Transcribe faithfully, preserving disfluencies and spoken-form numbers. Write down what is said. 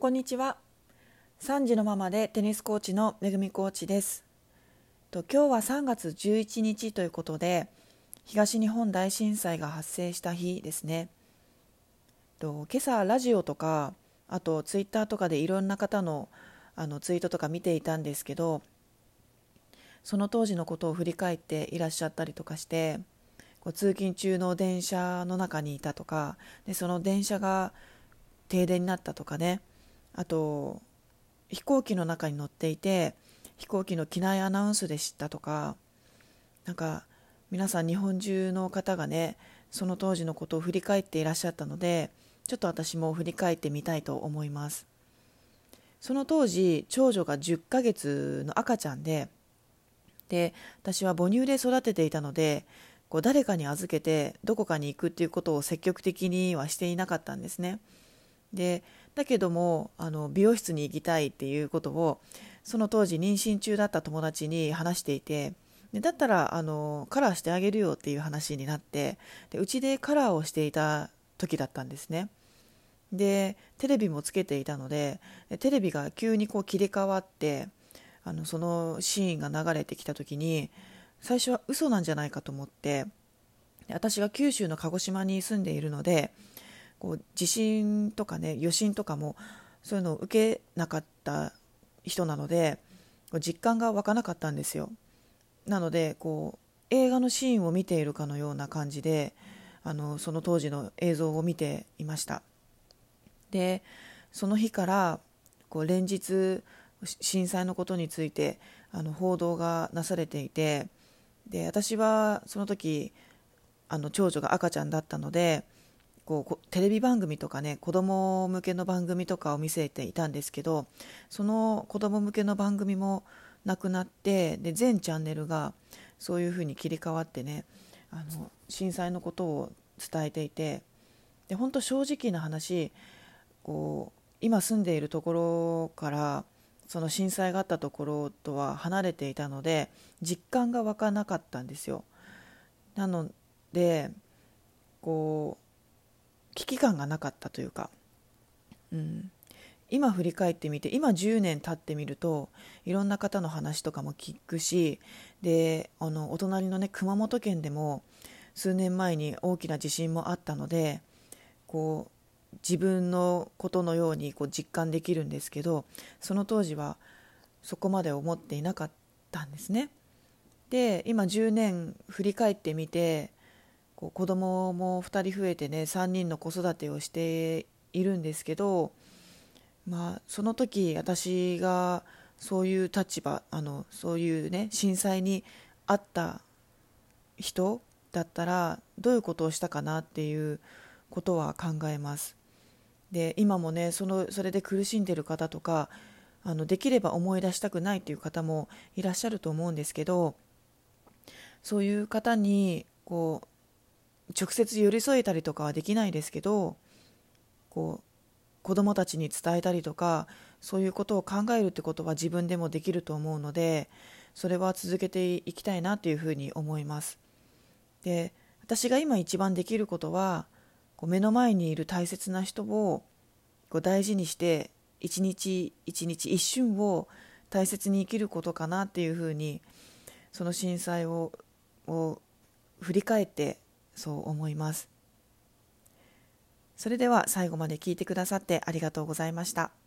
こんにちは。さんじのママでテニスコーチのめぐみコーチです。と今日はさんがつじゅういちにちということで、東日本大震災が発生した日ですね。と今朝ラジオとか、あとツイッターとかでいろんな方のあのツイートとか見ていたんですけど、その当時のことを振り返っていらっしゃったりとかして、こう通勤中の電車の中にいたとかで、その電車が停電になったとかね、あと飛行機の中に乗っていて飛行機の機内アナウンスで知ったとか、なんか皆さん日本中の方がね、その当時のことを振り返っていらっしゃったので、ちょっと私も振り返ってみたいと思います。その当時長女がじゅっかげつの赤ちゃんでで私は母乳で育てていたので、こう誰かに預けてどこかに行くっていうことを積極的にはしていなかったんですね。でだけどもあの美容室に行きたいっていうことをその当時妊娠中だった友達に話していて、でだったらあのカラーしてあげるよっていう話になって、でうちでカラーをしていた時だったんですね。でテレビもつけていたので、テレビが急にこう切り替わってあのそのシーンが流れてきた時に、最初は嘘なんじゃないかと思って、私が九州の鹿児島に住んでいるので、こう地震とかね余震とかもそういうのを受けなかった人なので、実感が湧かなかったんですよ。なのでこう映画のシーンを見ているかのような感じで、あのその当時の映像を見ていました。でその日からこう連日震災のことについてあの報道がなされていて、で私はその時あの長女が赤ちゃんだったので、こうテレビ番組とかね、子供向けの番組とかを見せていたんですけど、その子供向けの番組もなくなって、で全チャンネルがそういうふうに切り替わってね、あの震災のことを伝えていて、で本当正直な話、こう今住んでいるところからその震災があったところとは離れていたので、実感が湧かなかったんですよ。なのでこう危機感がなかったというか、うん、今振り返ってみて、今じゅうねん経ってみるといろんな方の話とかも聞くし、であのお隣のね熊本県でも数年前に大きな地震もあったので、こう自分のことのようにこう実感できるんですけど、その当時はそこまで思っていなかったんですね。で今じゅうねん振り返ってみて、こう子供もふたり増えてね、さんにんの子育てをしているんですけど、まあ、その時私がそういう立場、あのそういうね震災にあった人だったらどういうことをしたかなっていうことは考えます。で今もねそのそれで苦しんでいる方とか、あのできれば思い出したくないという方もいらっしゃると思うんですけど、そういう方にこう直接寄り添えたりとかはできないですけど、こう子どもたちに伝えたりとか、そういうことを考えるってことは自分でもできると思うので、それは続けていきたいなというふうに思います。で私が今一番できることは、こう目の前にいる大切な人をこう大事にして、一日一日一瞬を大切に生きることかなっていうふうに、その震災をを振り返ってそう思います。それでは最後まで聞いてくださってありがとうございました。